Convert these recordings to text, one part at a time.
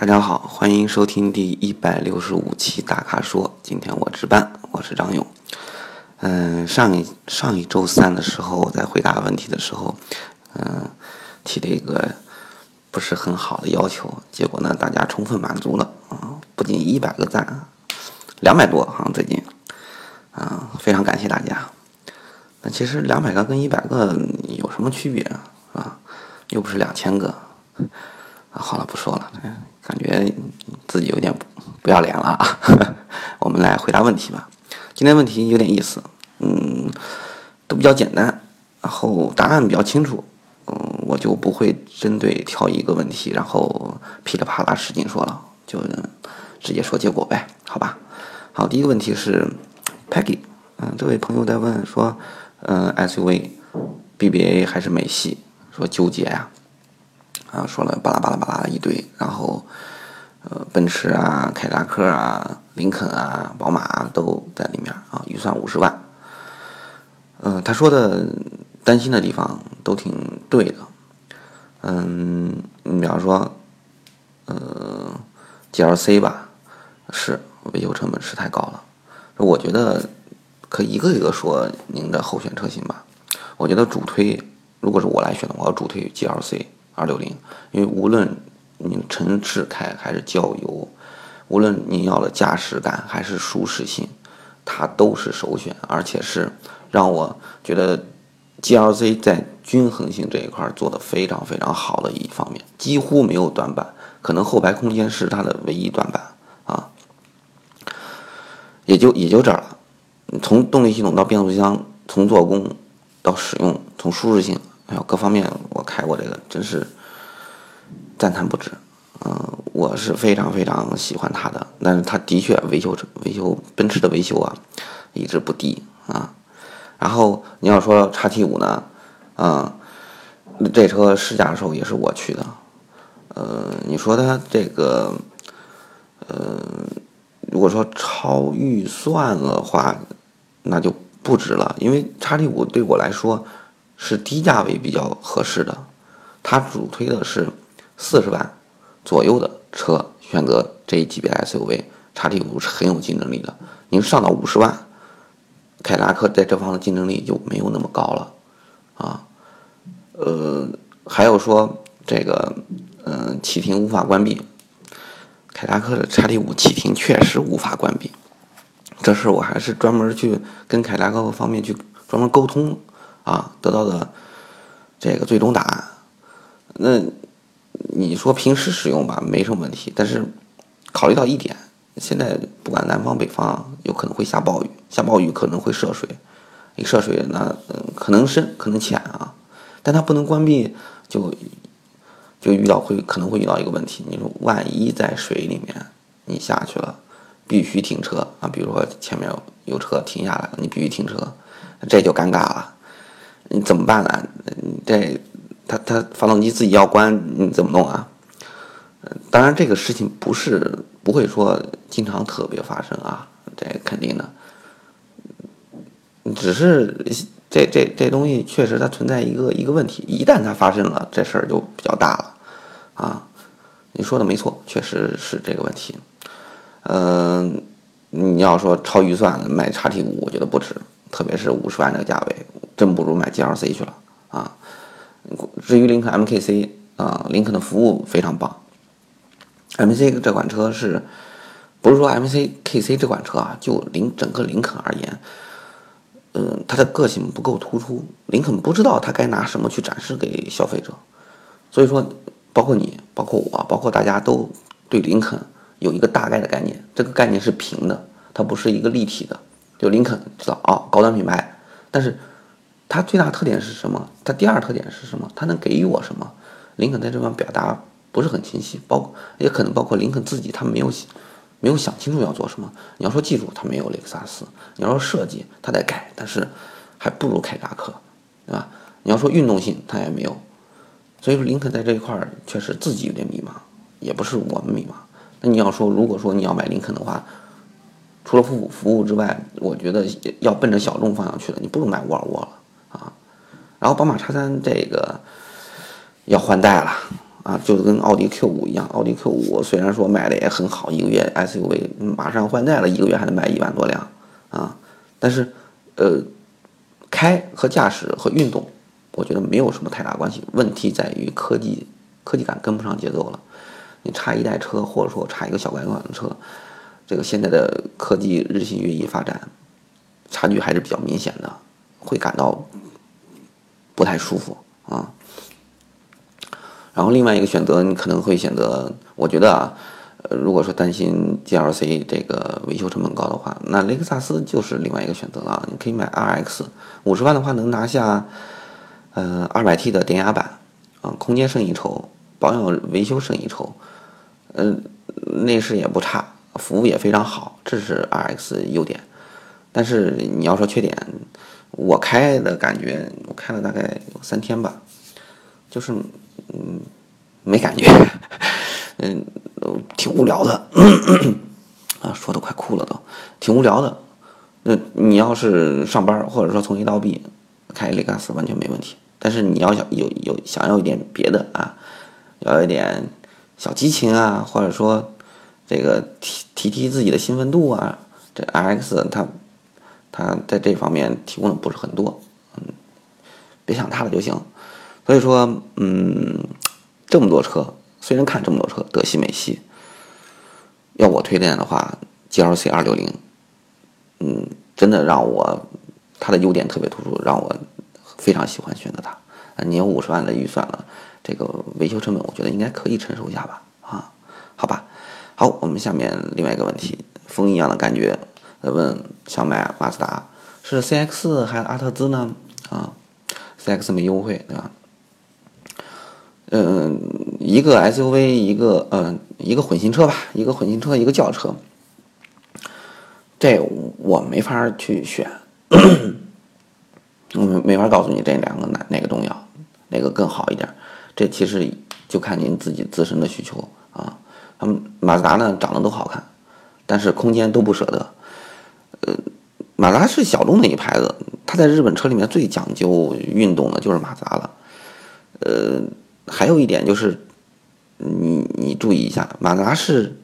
大家好，欢迎收听第165期大咖说。今天我值班，我是张勇。上一周三的时候，我在回答问题的时候，提了一个不是很好的要求，结果呢，大家充分满足了啊，不仅100个赞，200多好像最近非常感谢大家。那其实200个跟100个有什么区别啊？又不是2000个。好了，不说了，感觉自己有点不要脸了啊。我们来回答问题吧。今天问题有点意思，都比较简单，然后答案比较清楚，我就不会针对挑一个问题，然后噼里啪啦使劲说了，就直接说结果呗，好吧？好，第一个问题是 Peggy，这位朋友在问说，SUV、BBA 还是美系，说纠结呀。说了巴拉巴拉巴拉一堆，然后奔驰啊、凯迪拉克啊、林肯啊、宝马都在里面预算50万。他说的担心的地方都挺对的。你比方说GLC 吧，是维修成本是太高了。我觉得可以一个一个说您的候选车型吧。我觉得主推，如果是我来选的话，我要主推 GLC260，因为无论你城市开还是郊游，无论你要的驾驶感还是舒适性，它都是首选，而且是让我觉得 GLC 在均衡性这一块做得非常非常好的一方面，几乎没有短板，可能后排空间是它的唯一短板也就这儿了。从动力系统到变速箱，从做工到使用，从舒适性还有各方面，我开过这个真是赞叹不止。我是非常非常喜欢它的，但是它的确维修奔驰的维修一直不低然后你要说 XT5 呢，这车试驾的时候也是我去的。你说它这个如果说超预算的话，那就不值了，因为 XT5 对我来说是低价位比较合适的，它主推的是40万左右的车，选择这一级别的 SUV，XT5 是很有竞争力的。您上到50万，凯迪拉克在这方的竞争力就没有那么高了还有说这个启停无法关闭，凯迪拉克的 XT5 启停确实无法关闭，这事我还是专门去跟凯迪拉克方面去专门沟通得到的这个最终答案。那你说平时使用吧没什么问题，但是考虑到一点，现在不管南方北方有可能会下暴雨，下暴雨可能会涉水，一涉水呢可能深可能浅但它不能关闭，就可能会遇到一个问题，你说万一在水里面你下去了，必须停车比如说前面有车停下来了，你必须停车，这就尴尬了，你怎么办呢？它发动机自己要关，你怎么弄当然这个事情不会说经常特别发生这肯定的，只是这东西确实它存在一个问题，一旦它发生了，这事儿就比较大了你说的没错，确实是这个问题。你要说超预算买 XT5 我觉得不值，特别是50万这个价位，真不如买 GLC 去了至于林肯 MKC 林肯的服务非常棒。MKC 这款车不是说 MKC 这款车就整个林肯而言，它的个性不够突出，林肯不知道它该拿什么去展示给消费者，所以说包括你包括我包括大家都对林肯有一个大概的概念，这个概念是平的，它不是一个立体的。就林肯知道高端品牌，但是它最大的特点是什么？它第二特点是什么？它能给予我什么？林肯在这方表达不是很清晰，也可能包括林肯自己他没有想清楚要做什么。你要说技术，他没有雷克萨斯；你要说设计，他在改，但是还不如凯迪拉克，对吧？你要说运动性，他也没有。所以说林肯在这一块确实自己有点迷茫，也不是我们迷茫。那你要说，如果说你要买林肯的话，除了服务之外，我觉得要奔着小众方向去的，你不如买沃尔沃了然后宝马 X3 这个要换代了啊，就跟奥迪 Q5一样，奥迪 Q5虽然说卖的也很好，一个月 SUV 马上换代了，一个月还能卖1万多辆啊，但是开和驾驶和运动，我觉得没有什么太大关系，问题在于科技感跟不上节奏了。你差一代车，或者说差一个小改款的车，这个现在的科技日新月异发展，差距还是比较明显的，会感到不太舒服啊。然后另外一个选择，你可能会选择，我觉得啊，如果说担心 GLC 这个维修成本高的话，那雷克萨斯就是另外一个选择了。你可以买 RX，50万的话能拿下200T 的电压版，空间胜一筹，保养维修胜一筹，内饰也不差，服务也非常好，这是 RX 优点。但是你要说缺点，我开的感觉，我开了大概有3天吧，就是没感觉，挺无聊的，啊，说的快哭了都，挺无聊的。那你要是上班或者说从 A 到 B，开雷克萨斯完全没问题。但是你要想要一点别的啊，要一点小激情啊，或者说这个提自己的兴奋度啊，这 RX 它在这方面提供的不是很多，别想它了就行。所以说，这么多车，虽然看这么多车德系美系，要我推荐的话 ，GLC 260，真的让我它的优点特别突出，让我非常喜欢选择它。你有50万的预算了，这个维修成本我觉得应该可以承受一下吧？啊，好吧。好，我们下面另外一个问题，风一样的感觉，问想买马自达是 CX 还是阿特兹呢？啊 ，CX 没优惠，对吧？一个 SUV，一个混新车吧，一个混新车，一个轿车，这我没法去选，我没法告诉你这两个哪个重要，哪个更好一点，这其实就看您自己自身的需求啊。马自达呢长得都好看，但是空间都不舍得。马自达是小众的一牌子，它在日本车里面最讲究运动的就是马自达了。还有一点就是，你注意一下，马自达是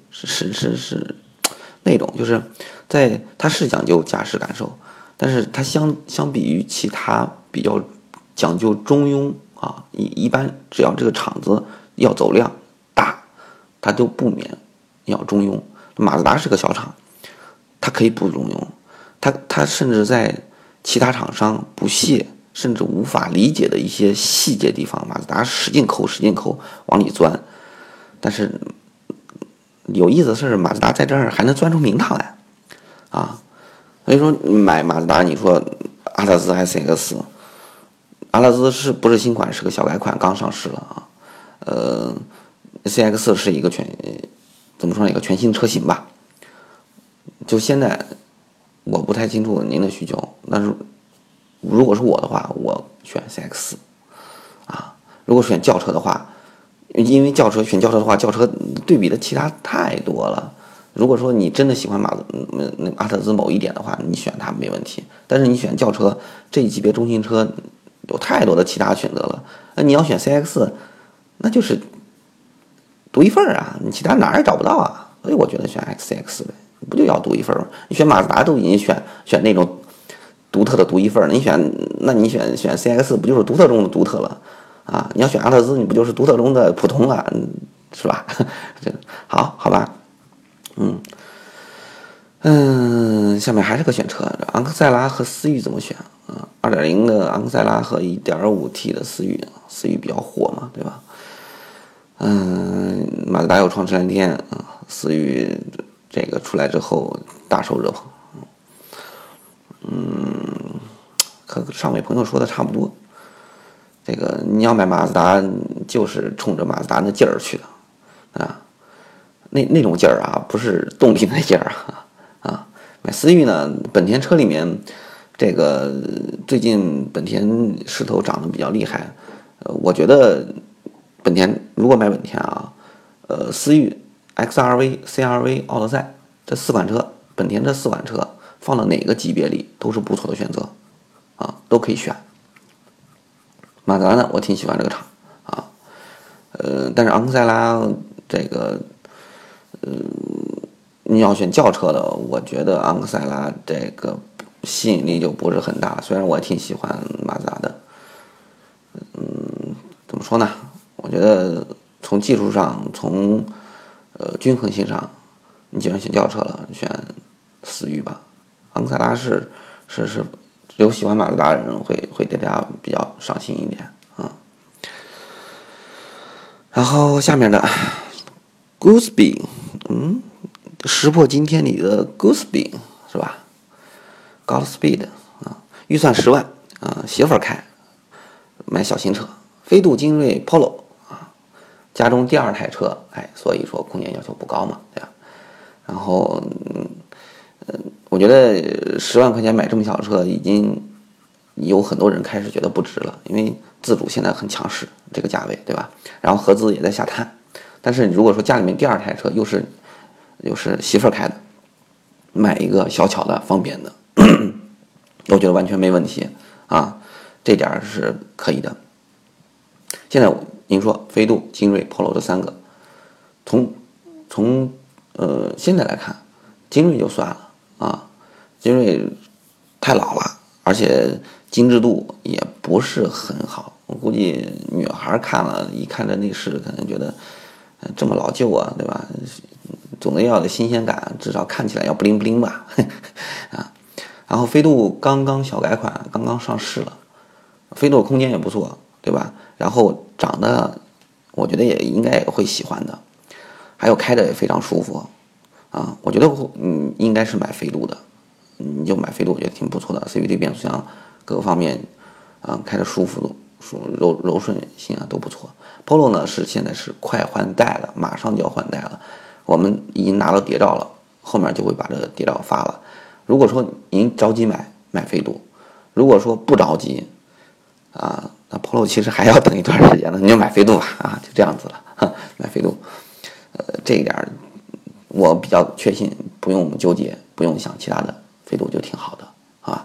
那种，就是它是讲究驾驶感受，但是它相比于其他比较讲究中庸啊，一般只要这个厂子要走量大，它就不免要中庸。马自达是个小厂，它可以不中庸，它甚至在其他厂商不屑甚至无法理解的一些细节地方，马自达使劲抠往里钻。但是有意思的是，马自达在这儿还能钻出名堂来啊！所以说买马自达，你说阿特兹还是 CX？ 阿特兹是不是新款？是个小改款，刚上市了啊。CX 是一个怎么说呢？一个全新车型吧。就现在我不太清楚您的需求，但是如果是我的话，我选 CX 啊。如果选轿车的话，因为选轿车的话，轿车对比的其他太多了。如果说你真的喜欢阿特兹某一点的话，你选它没问题。但是你选轿车这一级别中型车，有太多的其他选择了。那你要选 CX， 那就是独一份啊，你其他哪儿也找不到啊。所以我觉得选 XCX 呗，不就要独一份吗？你选马自达都已经选那种独特的独一份了，你选 CX 不就是独特中的独特了啊？你要选阿特兹，你不就是独特中的普通了，是吧？好吧，下面还是个选车，昂克赛拉和思域怎么选啊？2.0的昂克赛拉和 1.5T 的思域，思域比较火嘛，对吧？马自达有创驰蓝天啊，思域这个出来之后大受热捧。和上位朋友说的差不多，这个你要买马自达，就是冲着马自达那劲儿去的啊，那种劲儿啊，不是动力那劲儿啊。买思域呢，本田车里面，这个最近本田势头涨得比较厉害，我觉得本田如果买本田啊，思域、XRV、CRV、奥德赛这4款车，本田这4款车放到哪个级别里都是不错的选择啊，都可以选。马自达呢，我挺喜欢这个厂啊， 但是昂克赛拉这个，你要选轿车的，我觉得昂克赛拉这个吸引力就不是很大。虽然我挺喜欢马自达的，怎么说呢？我觉得从技术上，从均衡性上，你既然选轿车了，选思域吧。昂克赛拉是有喜欢马自达的人会对它比较上心一点啊。然后下面的 Gooseby， 石破惊天里的 Gooseby 是吧 ？Godspeed 啊，预算10万啊，媳妇儿开，买小型车，飞度精锐 Polo 啊，家中第2台车，所以说空间要求不高嘛，对吧？然后，我觉得10万块钱买这么小车，已经有很多人开始觉得不值了，因为自主现在很强势，这个价位，对吧？然后合资也在下探，但是如果说家里面第2台车又是媳妇儿开的，买一个小巧的、方便的，我觉得完全没问题啊，这点是可以的。现在您说飞度、精锐、Polo 这3个，从现在来看，精锐就算了啊，精锐太老了，而且精致度也不是很好。我估计女孩看了一看这内饰，可能觉得这么老旧啊，对吧？总得要的新鲜感，至少看起来要不灵不灵吧啊。然后飞度刚刚小改款，刚刚上市了，飞度空间也不错，对吧？然后长得，我觉得也应该也会喜欢的，还有开着也非常舒服啊。我觉得应该是买飞度的，你就买飞度，我觉得挺不错的 ，CVT 变速箱各个方面开着舒服柔顺性啊都不错。Polo 呢现在是快换代了，马上就要换代了，我们已经拿到谍照了，后面就会把这个谍照发了。如果说您着急买飞度，如果说不着急啊，那 Polo 其实还要等一段时间呢，你就买飞度吧啊，就这样子了，买飞度。这一点我比较确信，不用纠结，不用想其他的，飞度就挺好的啊。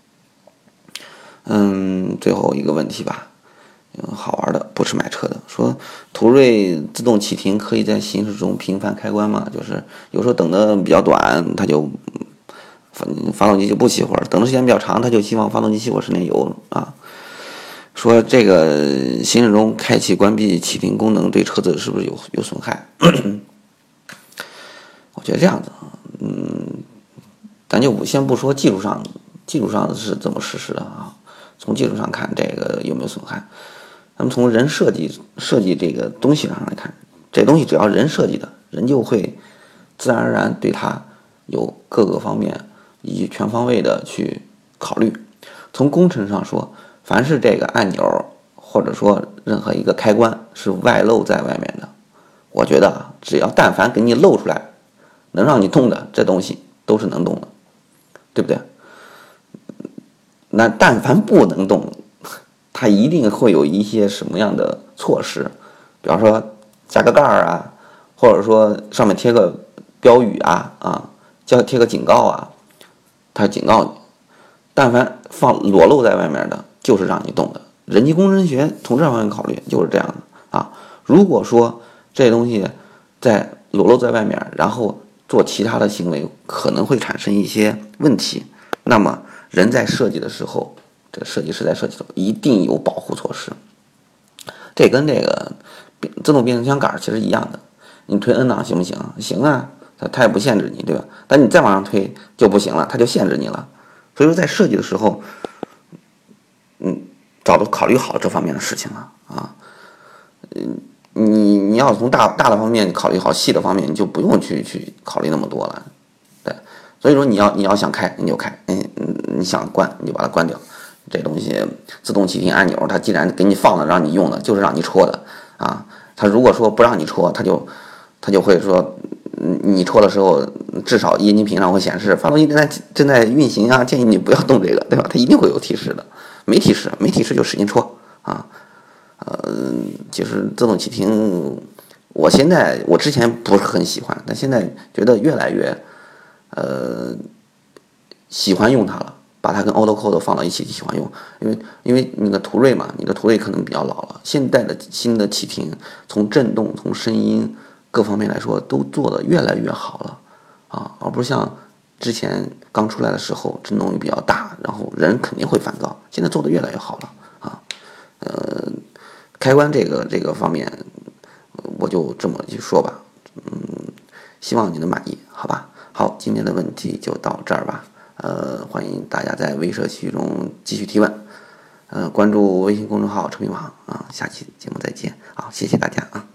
最后一个问题吧，好玩的，不是买车的，说途锐自动启停可以在行驶中频繁开关吗？就是有时候等的比较短，它就发动机就不熄火，等的时间比较长，它就希望发动机熄火10年油啊。说这个行驶中开启关闭启停功能对车子是不是有损害？我觉得这样子，咱就先不说技术上是怎么实施的啊，从技术上看这个有没有损害，咱们从人设计这个东西上来看，这东西只要人设计的，人就会自然而然对它有各个方面以及全方位的去考虑。从工程上说，凡是这个按钮或者说任何一个开关是外露在外面的，我觉得只要但凡给你露出来能让你动的，这东西都是能动的，对不对？那但凡不能动，它一定会有一些什么样的措施，比方说加个盖儿啊，或者说上面贴个标语啊，贴个警告啊，它警告你。但凡裸露在外面的，就是让你动的。人机工程学从这方面考虑就是这样的啊。如果说这东西在裸露在外面，然后做其他的行为，可能会产生一些问题，那么人在设计的时候，这个设计师在设计的时候一定有保护措施。这跟这个自动变速箱杆其实一样的，你推 N 档行不行？行啊，它也不限制你，对吧？但你再往上推就不行了，它就限制你了。所以说在设计的时候，早都考虑好这方面的事情了啊。你要从大的方面考虑好，细的方面你就不用去考虑那么多了，对。所以说你要想开你就开，你想关你就把它关掉。这东西自动启停按钮，它既然给你放了让你用的，就是让你戳的啊。它如果说不让你戳，它就会说，你戳的时候至少液晶屏上会显示发动机正在运行啊，建议你不要动这个，对吧？它一定会有提示的。没提示就使劲戳啊。其实自动启停，我之前不是很喜欢，但现在觉得越来越喜欢用它了把它跟 Auto Code 放到一起喜欢用，因为那个途锐嘛，你的途锐可能比较老了，现在的新的启停从震动、从声音各方面来说都做得越来越好了啊，而不是像之前刚出来的时候震动比较大，然后人肯定会烦躁，现在做得越来越好了啊。开关这个方面，我就这么去说吧，希望你能满意，好吧？好，今天的问题就到这儿吧。欢迎大家在微社区中继续提问。关注微信公众号"车评网"啊，下期节目再见。好，谢谢大家啊。